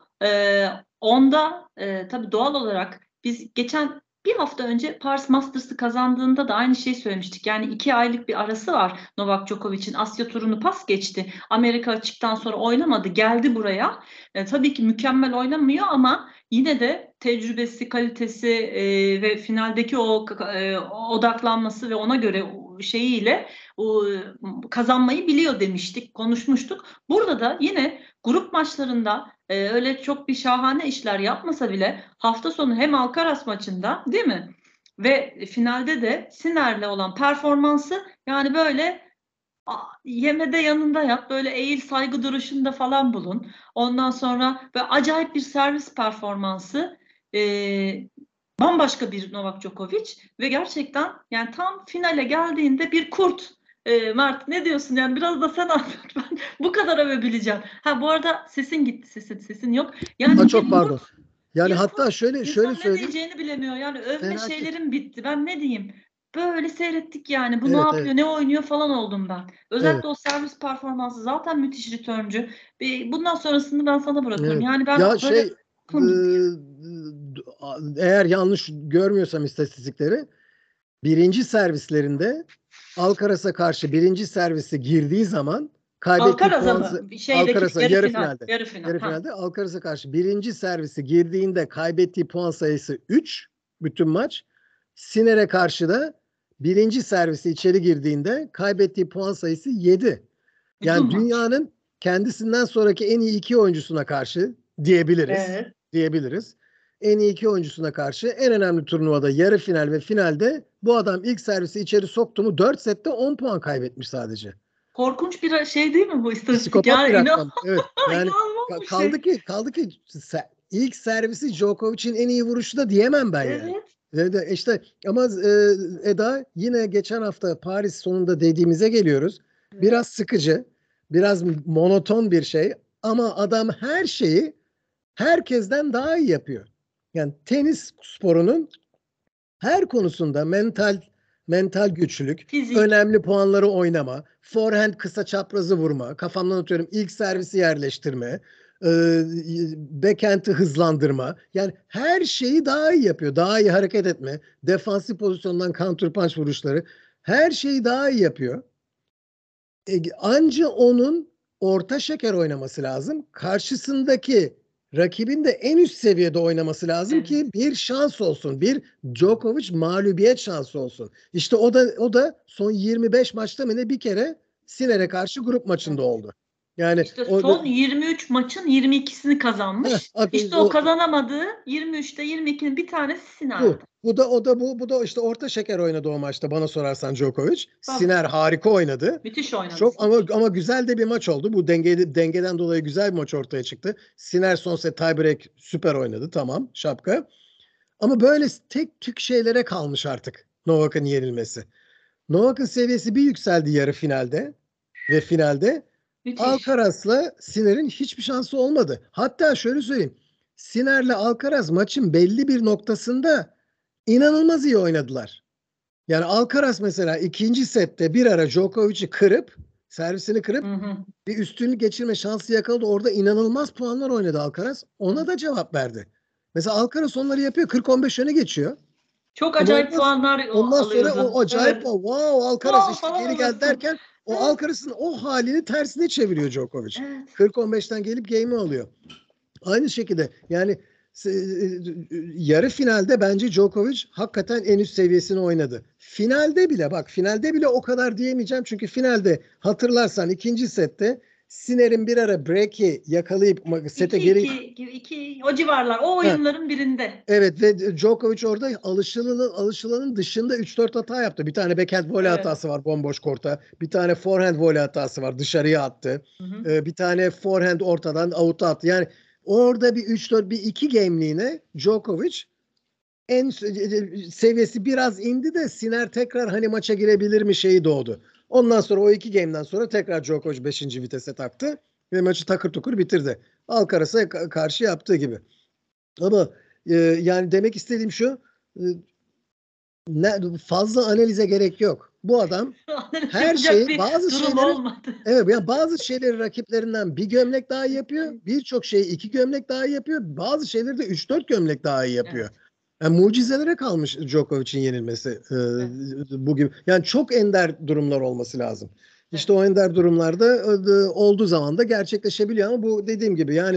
onda tabii doğal olarak biz geçen bir hafta önce Paris Masters'ı kazandığında da aynı şeyi söylemiştik. Yani 2 aylık bir arası var Novak Djokovic'in. Asya turunu pas geçti. Amerika açıktan sonra oynamadı. Geldi buraya. Tabii ki mükemmel oynamıyor ama yine de tecrübesi, kalitesi ve finaldeki o odaklanması ve ona göre şeyiyle kazanmayı biliyor demiştik, konuşmuştuk. Burada da yine grup maçlarında öyle çok bir şahane işler yapmasa bile hafta sonu hem Alcaraz maçında, değil mi? Ve finalde de Sinner'le olan performansı, yani böyle yemede yanında yap, böyle eğil, saygı duruşunda falan bulun. Ondan sonra böyle acayip bir servis performansı, bambaşka bir Novak Djokovic ve gerçekten yani tam finale geldiğinde bir kurt. Mert, ne diyorsun? Yani biraz da sen anlat. Ben bu kadar övebileceğim. Ha, bu arada sesin gitti, sesin yok. Yani Çok bir pardon. kurt, Yani bir hatta kurt. şöyle İnsan ne söyleyeyim. diyeceğini bilemiyor. Yani övme Felaket. şeylerim bitti. Ben ne diyeyim? Böyle seyrettik yani. Bu ne Evet, evet. yapıyor, ne oynuyor falan oldum ben. Evet. Özellikle o servis performansı zaten müthiş returncü. Bundan sonrasını ben sana bırakıyorum. Evet. Yani ben Ya böyle aklım gitti. eğer yanlış görmüyorsam istatistikleri, birinci servislerinde Alcaraz'a karşı birinci servisi girdiği zaman kaybettiği Alcaraz'a puan, mı? Şeydeki Alcaraz'a yarı yarı final. finalde. Yarı final. Yarı Ha. finalde Alcaraz'a karşı birinci servisi girdiğinde kaybettiği puan sayısı 3 bütün maç. Sinner'e karşı da birinci servisi içeri girdiğinde kaybettiği puan sayısı 7. Bütün Yani maç. dünyanın kendisinden sonraki en iyi iki oyuncusuna karşı diyebiliriz. Evet. Diyebiliriz. En iyi iki oyuncusuna karşı en önemli turnuvada yarı final ve finalde bu adam ilk servisi içeri soktu mu 4 sette 10 puan kaybetmiş sadece. Korkunç bir şey değil mi bu istatistik? Psikopat bir Yani rakam. Evet. Yani inanılmaz bir kaldı şey. ki ilk servisi Djokovic'in en iyi vuruşu da diyemem ben yani. Evet. İşte ama Eda, yine geçen hafta Paris sonunda dediğimize geliyoruz. Evet. Biraz sıkıcı, biraz monoton bir şey ama adam her şeyi herkesten daha iyi yapıyor. Yani tenis sporunun her konusunda mental güçlük, Fizik. önemli puanları oynama, forehand kısa çaprazı vurma, kafamdan atıyorum ilk servisi yerleştirme, e, backhand'i hızlandırma. Yani her şeyi daha iyi yapıyor. Daha iyi hareket etme, defansif pozisyondan counter punch vuruşları, her şeyi daha iyi yapıyor. Anca onun orta şeker oynaması lazım. Karşısındaki rakibin de en üst seviyede oynaması lazım Evet. ki bir şans olsun. Bir Djokovic mağlubiyet şansı olsun. İşte o da son 25 maçta mı ne bir kere Sinner'e Evet. karşı grup Evet. maçında oldu. Yani İşte o son 23 maçın 22'sini kazanmış. İşte o o kazanamadığı 23'te 22'nin bir tanesi bu. Sinner'di. Bu da işte orta şeker oynadı o maçta bana sorarsan Djokovic. Tabii. Sinner harika oynadı. Müthiş oynadı Çok Sinner. ama güzel de bir maç oldu. Bu dengeden dolayı güzel bir maç ortaya çıktı. Sinner son set tiebreak süper oynadı. Tamam, şapka. Ama böyle tek tük şeylere kalmış artık Novak'ın yenilmesi. Novak'ın seviyesi bir yükseldi yarı finalde ve finalde. Müthiş. Alcaraz'la Sinner'in hiçbir şansı olmadı. Hatta şöyle söyleyeyim. Sinner'le Alcaraz maçın belli bir noktasında inanılmaz iyi oynadılar. Yani Alcaraz mesela ikinci sette bir ara Djokovic'i kırıp, servisini kırıp Hı hı. bir üstünlük geçirme şansı yakaladı. Orada inanılmaz puanlar oynadı Alcaraz. Ona Evet. da cevap verdi. Mesela Alcaraz onları yapıyor. 40-15 öne geçiyor. Çok Ama acayip puanlar ondan sonra o alıyordu. acayip Evet. wow Alcaraz Wow işte falan geri geldi oluyorsun. derken o Evet. Alcaraz'ın o halini tersine çeviriyor Djokovic. Evet. 40-15'ten gelip game'i alıyor. Aynı şekilde yani yarı finalde bence Djokovic hakikaten en üst seviyesini oynadı. Finalde bile o kadar diyemeyeceğim çünkü finalde hatırlarsan ikinci sette Sinner'in bir ara break'i yakalayıp sete geri... 2 o civarlar. O oyunların birinde. Evet ve Djokovic orada alışılanın dışında 3-4 hata yaptı. Bir tane backhand voley hatası var bomboş korta. Bir tane forehand voley hatası var. Dışarıya attı. Bir tane forehand ortadan out'a attı. Yani orada bir 3-4 bir 2 game'liğine Djokovic en seviyesi biraz indi de Sinner tekrar hani maça girebilir mi şeyi doğdu. Ondan sonra o 2 game'den sonra tekrar Djokovic 5. vitese taktı ve maçı takır tukur bitirdi. Alcaraz'a karşı yaptığı gibi. Ama yani demek istediğim şu, fazla analize gerek yok. Bu adam her şeyi bazı şeyleri evet yani bazı şeyleri rakiplerinden bir gömlek daha iyi yapıyor. Birçok şeyi 2 gömlek daha iyi yapıyor. Bazı şeyleri de 3-4 gömlek daha iyi yapıyor. Evet. Yani mucizelere kalmış Djokovic'in yenilmesi bugün. Yani çok ender durumlar olması lazım. İşte o ender durumlarda olduğu zaman da gerçekleşebiliyor ama bu dediğim gibi yani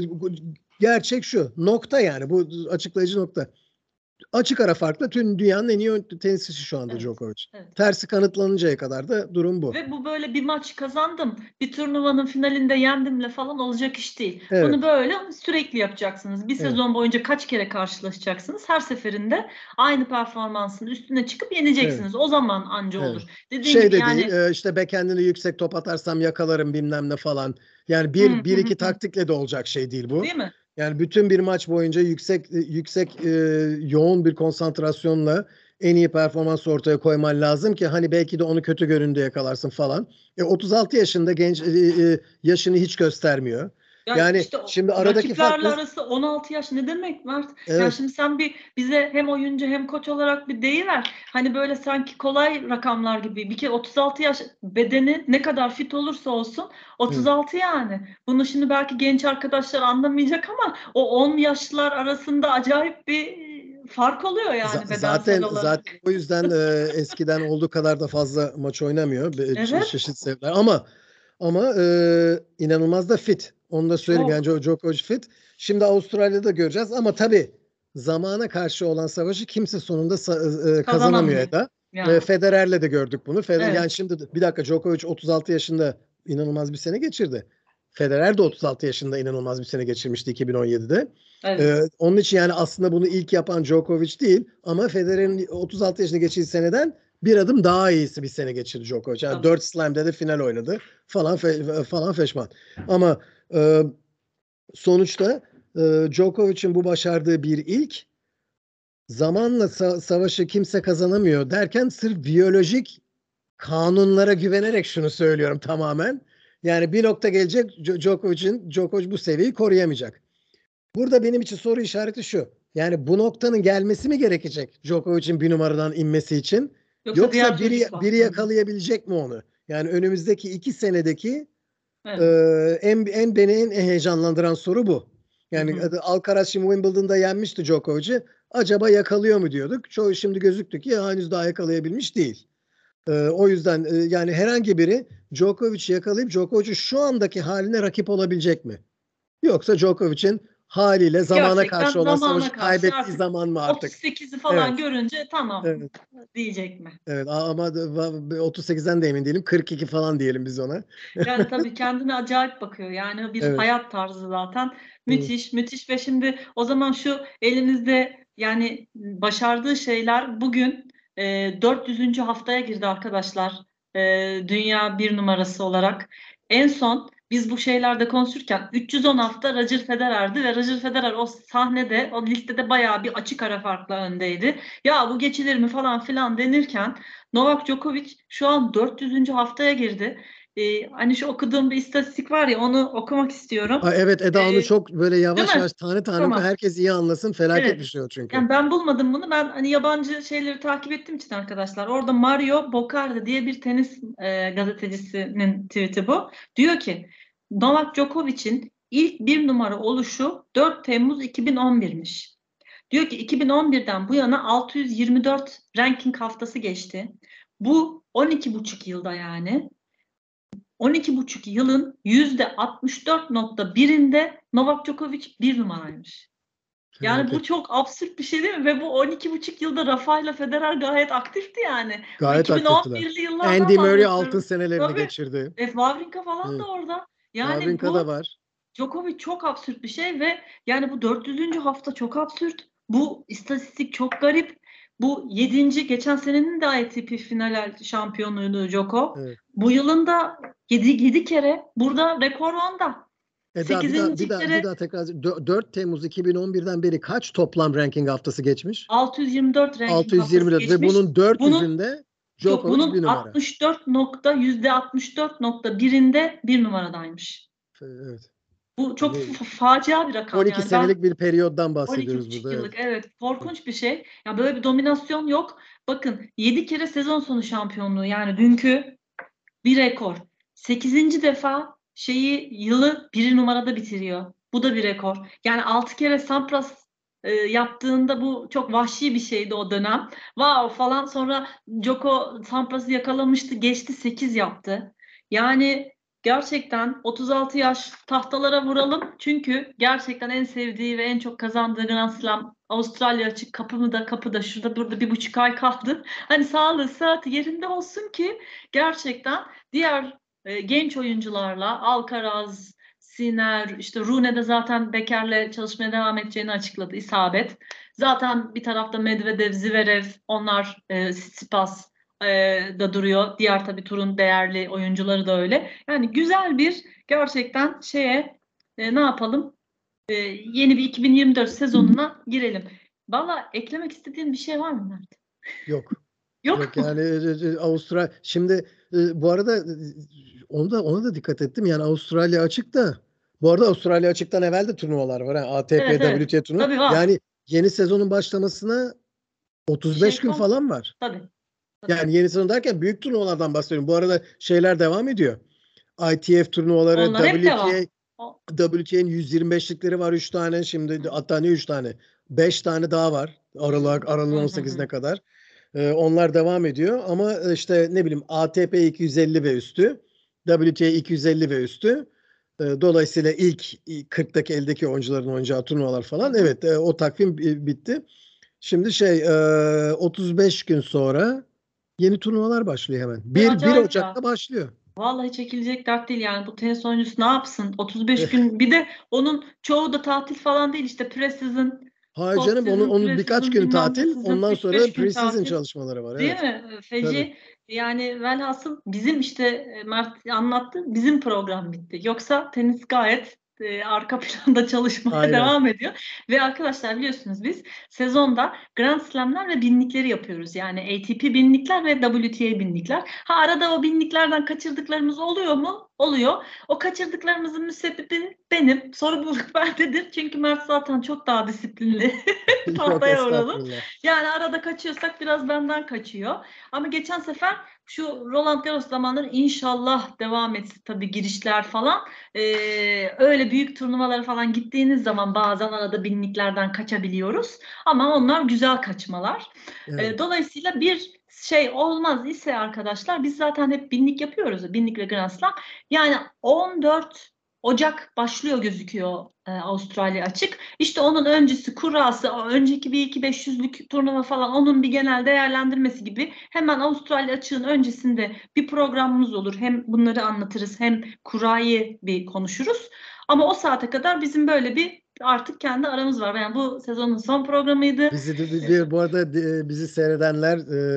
gerçek şu nokta yani bu açıklayıcı nokta. Açık ara farkla tüm dünyanın en iyi tenisçisi şu anda Djokovic. Evet. Tersi kanıtlanıncaya kadar da durum bu. Ve bu böyle bir maç kazandım, bir turnuvanın finalinde yendimle falan olacak iş değil. Evet. Bunu böyle sürekli yapacaksınız. Bir sezon boyunca kaç kere karşılaşacaksınız? Her seferinde aynı performansın üstüne çıkıp yeneceksiniz. Evet. O zaman anca olur. Dediğim gibi de yani... değil, işte backhand'ini yüksek top atarsam yakalarım bilmem ne falan. Yani bir iki taktikle de olacak şey değil bu. Değil mi? Yani bütün bir maç boyunca yüksek yoğun bir konsantrasyonla en iyi performans ortaya koyman lazım ki hani belki de onu kötü göründüğü yakalarsın falan. 36 yaşında genç yaşını hiç göstermiyor. Yani işte şimdi aradaki fark arası 16 yaş ne demek Mert? Evet. Yani şimdi sen bize hem oyuncu hem koç olarak bir deyiver. Hani böyle sanki kolay rakamlar gibi. Bir kere 36 yaş bedeni ne kadar fit olursa olsun 36 yani. Bunu şimdi belki genç arkadaşlar anlamayacak ama o 10 yaşlar arasında acayip bir fark oluyor yani bedensel olarak. Zaten o yüzden eskiden olduğu kadar da fazla maç oynamıyor. Evet. Çeşitli sebepler ama inanılmaz da fit. Onu da söyleyeyim. Yani Djokovic fit. Şimdi Avustralya'da göreceğiz ama tabii zamana karşı olan savaşı kimse sonunda kazanamıyor Eda. Yani. Federer'le de gördük bunu. Evet. Yani şimdi bir dakika Djokovic 36 yaşında inanılmaz bir sene geçirdi. Federer de 36 yaşında inanılmaz bir sene geçirmişti 2017'de. Evet. Onun için yani aslında bunu ilk yapan Djokovic değil ama Federer'in 36 yaşında geçirdiği seneden bir adım daha iyisi bir sene geçirdi Djokovic. Yani 4 Slam'de de final oynadı falan feşman. Ama sonuçta Djokovic'in bu başardığı bir ilk zamanla savaşı kimse kazanamıyor derken sırf biyolojik kanunlara güvenerek şunu söylüyorum tamamen. Yani bir nokta gelecek Djokovic bu seviyeyi koruyamayacak. Burada benim için soru işareti şu. Yani bu noktanın gelmesi mi gerekecek Djokovic'in bir numaradan inmesi için? Yoksa biri yakalayabilecek mi onu? Yani önümüzdeki 2 senedeki beni en heyecanlandıran soru bu. Yani Alcaraz şimdi Wimbledon'da yenmişti Djokovic'i. Acaba yakalıyor mu diyorduk. Çoğu şimdi gözüktü ki henüz daha yakalayabilmiş değil. O yüzden yani herhangi biri Djokovic'i yakalayıp Djokovic'in şu andaki haline rakip olabilecek mi? Yoksa Djokovic'in haliyle zamana karşı olan savaşı kaybettiği zaman mı artık? 38'i falan görünce tamam diyecek mi? Evet ama 38'den de emin değilim. 42 falan diyelim biz ona. Yani tabii kendine acayip bakıyor. Yani bir hayat tarzı zaten. Müthiş ve şimdi o zaman şu elimizde yani başardığı şeyler bugün 400. haftaya girdi arkadaşlar. Dünya bir numarası olarak. En son biz bu şeylerde konuşurken 310 hafta Roger Federer'di ve Roger Federer o sahnede, o listede bayağı bir açık ara farkla öndeydi. Ya bu geçilir mi falan filan denirken Novak Djokovic şu an 400. haftaya girdi. Hani şu okuduğum bir istatistik var ya onu okumak istiyorum. Evet Eda onu çok böyle yavaş tane oku herkes iyi anlasın felaket bir şey o çünkü. Yani ben bulmadım bunu. Ben hani yabancı şeyleri takip ettiğim için arkadaşlar. Orada Mario Bocardi diye bir tenis gazetecisinin tweet'i bu. Diyor ki Novak Djokovic'in ilk bir numara oluşu 4 Temmuz 2011'miş. Diyor ki 2011'den bu yana 624 ranking haftası geçti. Bu 12,5 yılda yani 12,5 yılın %64,1'inde Novak Djokovic bir numaraymış. Yani bu çok absürt bir şey değil mi? Ve bu 12,5 yılda Rafael Federer gayet aktifti yani. Gayet 2011'li yıllardan Andy Murray altın senelerini geçirdi. Wawrinka falan da orada. Yani Wawrinka da bu var. Djokovic çok absürt bir şey ve yani bu 400. hafta çok absürt. Bu istatistik çok garip. Bu 7. geçen senenin de ATP final şampiyonuydu Djoko. Evet. Bu yılın da 7 kere burada rekor onda. Bir daha 8. kere tekrar 4 Temmuz 2011'den beri kaç toplam ranking haftası geçmiş? 624 ranking haftası 624 ve geçmiş. bunun Bunun 400'ünde yok Djokovic bir bunun numara. %64.1'inde bir numaradaymış. Evet. Bu çok Yani facia bir rakam 12 yani. Ben senelik bir periyoddan bahsediyoruz 12,5 burada. Evet. yıllık evet korkunç bir şey. Ya böyle bir dominasyon yok. Bakın 7 kere sezon sonu şampiyonluğu yani dünkü bir rekor. 8. defa yılı bir numarada bitiriyor. Bu da bir rekor. Yani 6 kere Sampras yaptığında bu çok vahşi bir şeydi o dönem. Wow falan sonra Djoko Sampras'ı yakalamıştı. Geçti 8 yaptı. Yani gerçekten 36 yaş tahtalara vuralım. Çünkü gerçekten en sevdiği ve en çok kazandığı Grand Slam Avustralya açık kapıda şurada burada 1,5 ay kaldı. Hani sağlığı sıhhati yerinde olsun ki gerçekten diğer genç oyuncularla Alcaraz, Sinner, işte Rune de zaten Beker'le çalışmaya devam edeceğini açıkladı. İsabet. Zaten bir tarafta Medvedev, Zverev, onlar Tsitsipas da duruyor. Diğer tabii turun değerli oyuncuları da öyle. Yani güzel bir gerçekten ne yapalım? Yeni bir 2024 sezonuna girelim. Valla eklemek istediğin bir şey var mı Mert? Yok. Yok Yok mu? yani Avustralya şimdi bu arada ona da dikkat ettim. Yani Avustralya açık da bu arada Avustralya açıktan evvel de turnuvalar var. ATP, Evet evet. WTA turnuva. Tabii var. Yani yeni sezonun başlamasına Bir 35 şey gün kalmadı. falan var. Tabii. Tabii. Yani yeni sezon derken büyük turnuvalardan bahsediyorum. Bu arada şeyler devam ediyor. ITF turnuvaları, Onlar hep devam. WTA'nin 125'likleri var 3 tane. Şimdi hatta ne 3 tane? 5 tane daha var. Aralığın 18'ine kadar. Onlar devam ediyor ama işte ne bileyim ATP 250 ve üstü, WTA 250 ve üstü. Dolayısıyla ilk 40'daki eldeki oyuncuların oynayacağı turnuvalar falan. Evet, o takvim bitti. Şimdi 35 gün sonra yeni turnuvalar başlıyor hemen. Ve 1 acayip ya. Ocak'ta başlıyor. Vallahi çekilecek dert değil yani bu tenis oyuncusu ne yapsın? 35 gün bir de onun çoğu da tatil falan değil işte pre-season, Hayır canım post-season, onun birkaç pre-season, gün bilmem ne tatil. season, Ondan sonra 3-5 gün pre-season tatil. çalışmaları var. Değil Evet. mi? Tabii. Feci. Yani velhasıl bizim işte Mert anlattı. Bizim program bitti. Yoksa tenis gayet arka planda çalışmaya Aynen. devam ediyor. Ve arkadaşlar biliyorsunuz biz sezonda Grand Slam'ler ve binlikleri yapıyoruz. Yani ATP binlikler ve WTA binlikler. Ha arada o binliklerden kaçırdıklarımız oluyor mu? Oluyor. O kaçırdıklarımızın müsebbibi benim. Sorumluluk bendedir. Çünkü Mert zaten çok daha disiplinli. Yok Tahtaya vuralım. estağfurullah. Yani arada kaçıyorsak biraz benden kaçıyor. Ama geçen sefer şu Roland Garros zamanları inşallah devam etsin tabii girişler falan. Öyle büyük turnuvalara falan gittiğiniz zaman bazen arada binliklerden kaçabiliyoruz. Ama onlar güzel kaçmalar. Evet. Dolayısıyla bir şey olmaz ise arkadaşlar biz zaten hep binlik yapıyoruz. Binlik ve Grand Slam. Yani 14 Ocak başlıyor gözüküyor Avustralya açık. İşte onun öncesi kurası, önceki bir 2-500'lük turnuva falan onun bir genel değerlendirmesi gibi hemen Avustralya açığın öncesinde bir programımız olur. Hem bunları anlatırız hem kurayı bir konuşuruz. Ama o saate kadar bizim böyle bir artık kendi aramız var. Yani bu sezonun son programıydı. Bu arada bizi seyredenler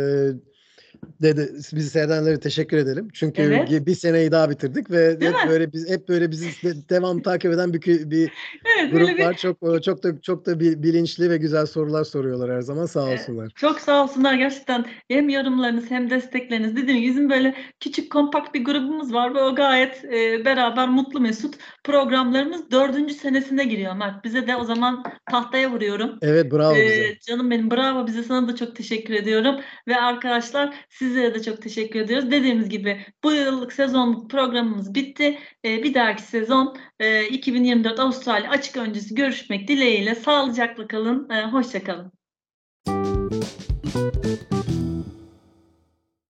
bizi seyredenlere teşekkür edelim. Çünkü Evet. bir seneyi daha bitirdik ve Değil mi? hep böyle bizi devam takip eden bir Evet böyle grup var. bir Çok da bilinçli ve güzel sorular soruyorlar her zaman. Sağ olsunlar. çok sağ olsunlar gerçekten hem yorumlarınız hem destekleriniz. Dediğim gibi bizim böyle küçük kompakt bir grubumuz var ve o gayet beraber mutlu mesut programlarımız 4. senesine giriyor Mert. Bize de o zaman tahtaya vuruyorum. Evet, bravo bize. Canım benim bravo bize sana da çok teşekkür ediyorum. Ve arkadaşlar sizlere de çok teşekkür ediyoruz. Dediğimiz gibi bu yıllık sezonluk programımız bitti. Bir dahaki sezon 2024 Avustralya açık öncesi görüşmek dileğiyle. Sağlıcakla kalın. Hoşça kalın.